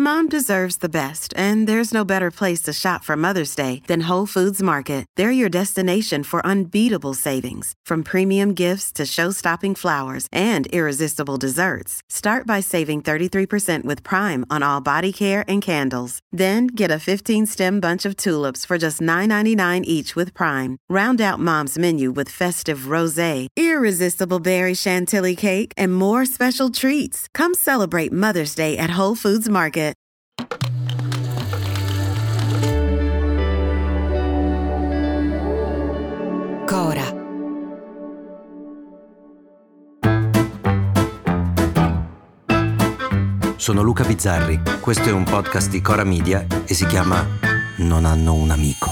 Mom deserves the best, and there's no better place to shop for Mother's Day than Whole Foods Market. They're your destination for unbeatable savings, from premium gifts to show-stopping flowers and irresistible desserts. Start by saving 33% with Prime on all body care and candles. Then get a 15-stem bunch of tulips for just $9.99 each with Prime. Round out Mom's menu with festive rosé, irresistible berry chantilly cake, and more special treats. Come celebrate Mother's Day at Whole Foods Market. Cora. Sono Luca Bizzarri, questo è un podcast di Cora Media e si chiama Non hanno un amico.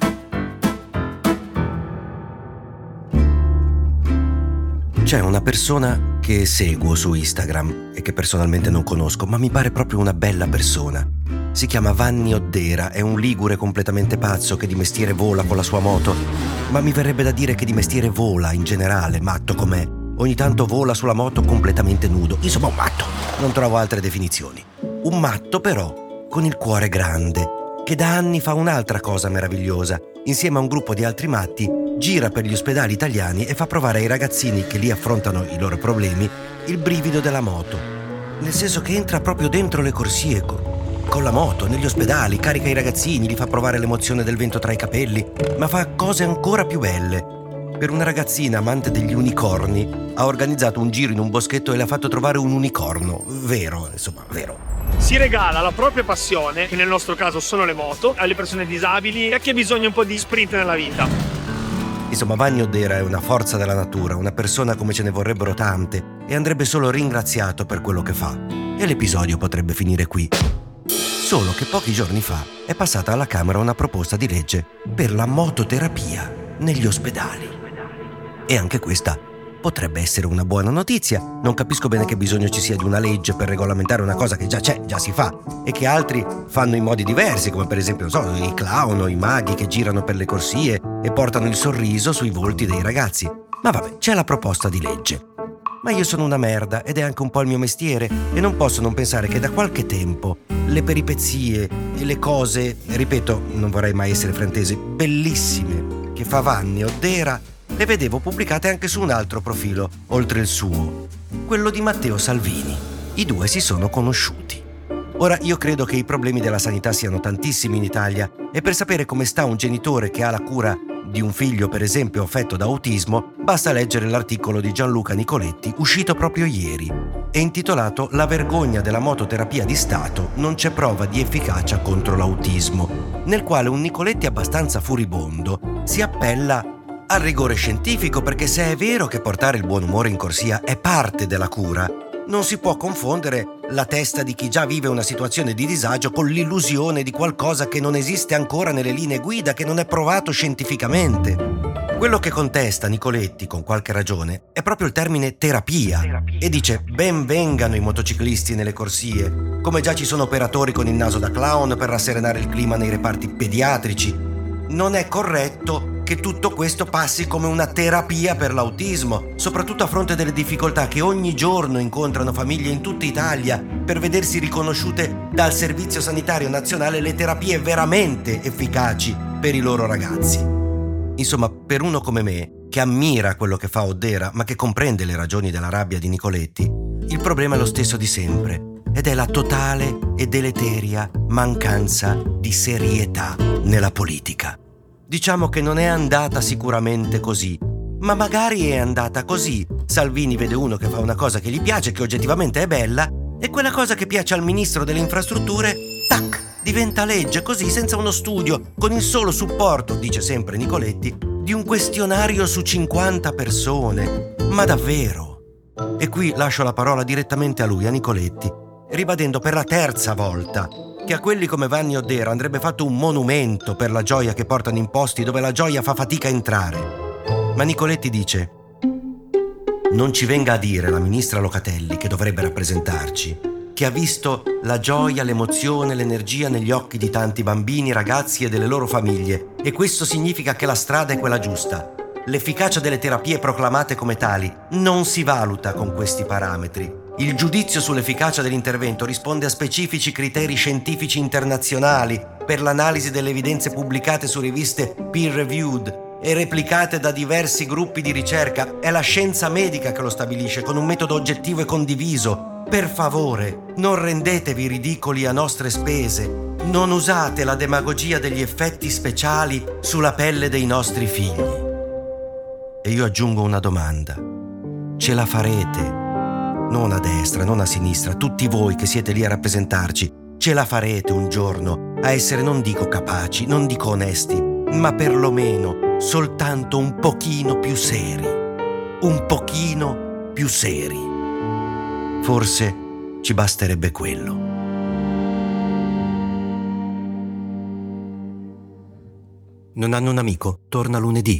C'è una persona che seguo su Instagram e che personalmente non conosco, ma mi pare proprio una bella persona. Si chiama Vanni Oddera, è un ligure completamente pazzo che di mestiere vola con la sua moto, ma mi verrebbe da dire che di mestiere vola in generale, matto com'è. Ogni tanto vola sulla moto completamente nudo, insomma un matto, non trovo altre definizioni. Un matto però con il cuore grande, che da anni fa un'altra cosa meravigliosa. Insieme a un gruppo di altri matti gira per gli ospedali italiani e fa provare ai ragazzini che lì affrontano i loro problemi il brivido della moto. Nel senso che entra proprio dentro le corsie con la moto, negli ospedali, carica i ragazzini, li fa provare l'emozione del vento tra i capelli, ma fa cose ancora più belle. Per una ragazzina amante degli unicorni ha organizzato un giro in un boschetto e le ha fatto trovare un unicorno. Vero, insomma, vero. Si regala la propria passione, che nel nostro caso sono le moto, alle persone disabili e a chi ha bisogno un po' di sprint nella vita. Insomma, Vanni Oddera è una forza della natura, una persona come ce ne vorrebbero tante e andrebbe solo ringraziato per quello che fa. E l'episodio potrebbe finire qui. Solo che pochi giorni fa è passata alla Camera una proposta di legge per la mototerapia negli ospedali. E anche questa potrebbe essere una buona notizia. Non capisco bene che bisogno ci sia di una legge per regolamentare una cosa che già c'è, già si fa, e che altri fanno in modi diversi, come per esempio, non so, i clown o i maghi che girano per le corsie e portano il sorriso sui volti dei ragazzi. Ma vabbè, c'è la proposta di legge. Ma io sono una merda ed è anche un po' il mio mestiere e non posso non pensare che da qualche tempo le peripezie e le cose, ripeto, non vorrei mai essere fraintesi, bellissime che fa Vanni Oddera le vedevo pubblicate anche su un altro profilo, oltre il suo, quello di Matteo Salvini. I due si sono conosciuti. Ora, io credo che i problemi della sanità siano tantissimi in Italia e per sapere come sta un genitore che ha la cura di un figlio, per esempio, affetto da autismo, basta leggere l'articolo di Gianluca Nicoletti uscito proprio ieri. È intitolato «La vergogna della mototerapia di Stato, non c'è prova di efficacia contro l'autismo», nel quale un Nicoletti abbastanza furibondo si appella al rigore scientifico, perché se è vero che portare il buon umore in corsia è parte della cura, non si può confondere la testa di chi già vive una situazione di disagio con l'illusione di qualcosa che non esiste ancora nelle linee guida, che non è provato scientificamente. Quello che contesta Nicoletti, con qualche ragione, è proprio il termine terapia. E dice: ben vengano i motociclisti nelle corsie, come già ci sono operatori con il naso da clown per rasserenare il clima nei reparti pediatrici. Non è corretto che tutto questo passi come una terapia per l'autismo, soprattutto a fronte delle difficoltà che ogni giorno incontrano famiglie in tutta Italia per vedersi riconosciute dal Servizio Sanitario Nazionale le terapie veramente efficaci per i loro ragazzi. Insomma, per uno come me, che ammira quello che fa Oddera, ma che comprende le ragioni della rabbia di Nicoletti, il problema è lo stesso di sempre, ed è la totale e deleteria mancanza di serietà nella politica. Diciamo che non è andata sicuramente così, ma magari è andata così. Salvini vede uno che fa una cosa che gli piace, che oggettivamente è bella, e quella cosa che piace al ministro delle infrastrutture, tac, diventa legge così, senza uno studio, con il solo supporto, dice sempre Nicoletti, di un questionario su 50 persone. Ma davvero? E qui lascio la parola direttamente a lui, a Nicoletti, ribadendo per la terza volta che a quelli come Vanni Oddera andrebbe fatto un monumento per la gioia che portano in posti dove la gioia fa fatica a entrare. Ma Nicoletti dice: non ci venga a dire la ministra Locatelli, che dovrebbe rappresentarci, che ha visto la gioia, l'emozione, l'energia negli occhi di tanti bambini, ragazzi e delle loro famiglie, e questo significa che la strada è quella giusta. L'efficacia delle terapie proclamate come tali non si valuta con questi parametri. Il giudizio sull'efficacia dell'intervento risponde a specifici criteri scientifici internazionali per l'analisi delle evidenze pubblicate su riviste peer-reviewed e replicate da diversi gruppi di ricerca. È la scienza medica che lo stabilisce con un metodo oggettivo e condiviso. Per favore, non rendetevi ridicoli a nostre spese. Non usate la demagogia degli effetti speciali sulla pelle dei nostri figli. E io aggiungo una domanda. Ce la farete? Non a destra, non a sinistra, tutti voi che siete lì a rappresentarci, ce la farete un giorno a essere, non dico capaci, non dico onesti, ma perlomeno soltanto un pochino più seri. Un pochino più seri. Forse ci basterebbe quello. Non hanno un amico? Torna lunedì.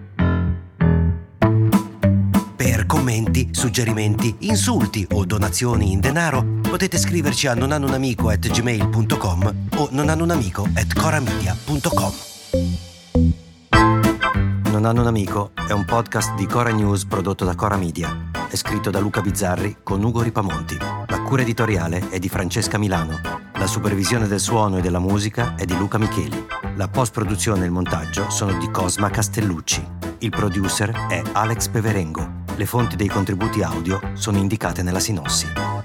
Per commenti, suggerimenti, insulti o donazioni in denaro potete scriverci a nonhannounamico@gmail.com o nonhannounamico@coramedia.com. Non hanno un amico è un podcast di Cora News prodotto da Cora Media. È scritto da Luca Bizzarri con Ugo Ripamonti. La cura editoriale è di Francesca Milano. La supervisione del suono e della musica è di Luca Micheli. La post-produzione e il montaggio sono di Cosma Castellucci. Il producer è Alex Peverengo. Le fonti dei contributi audio sono indicate nella sinossi.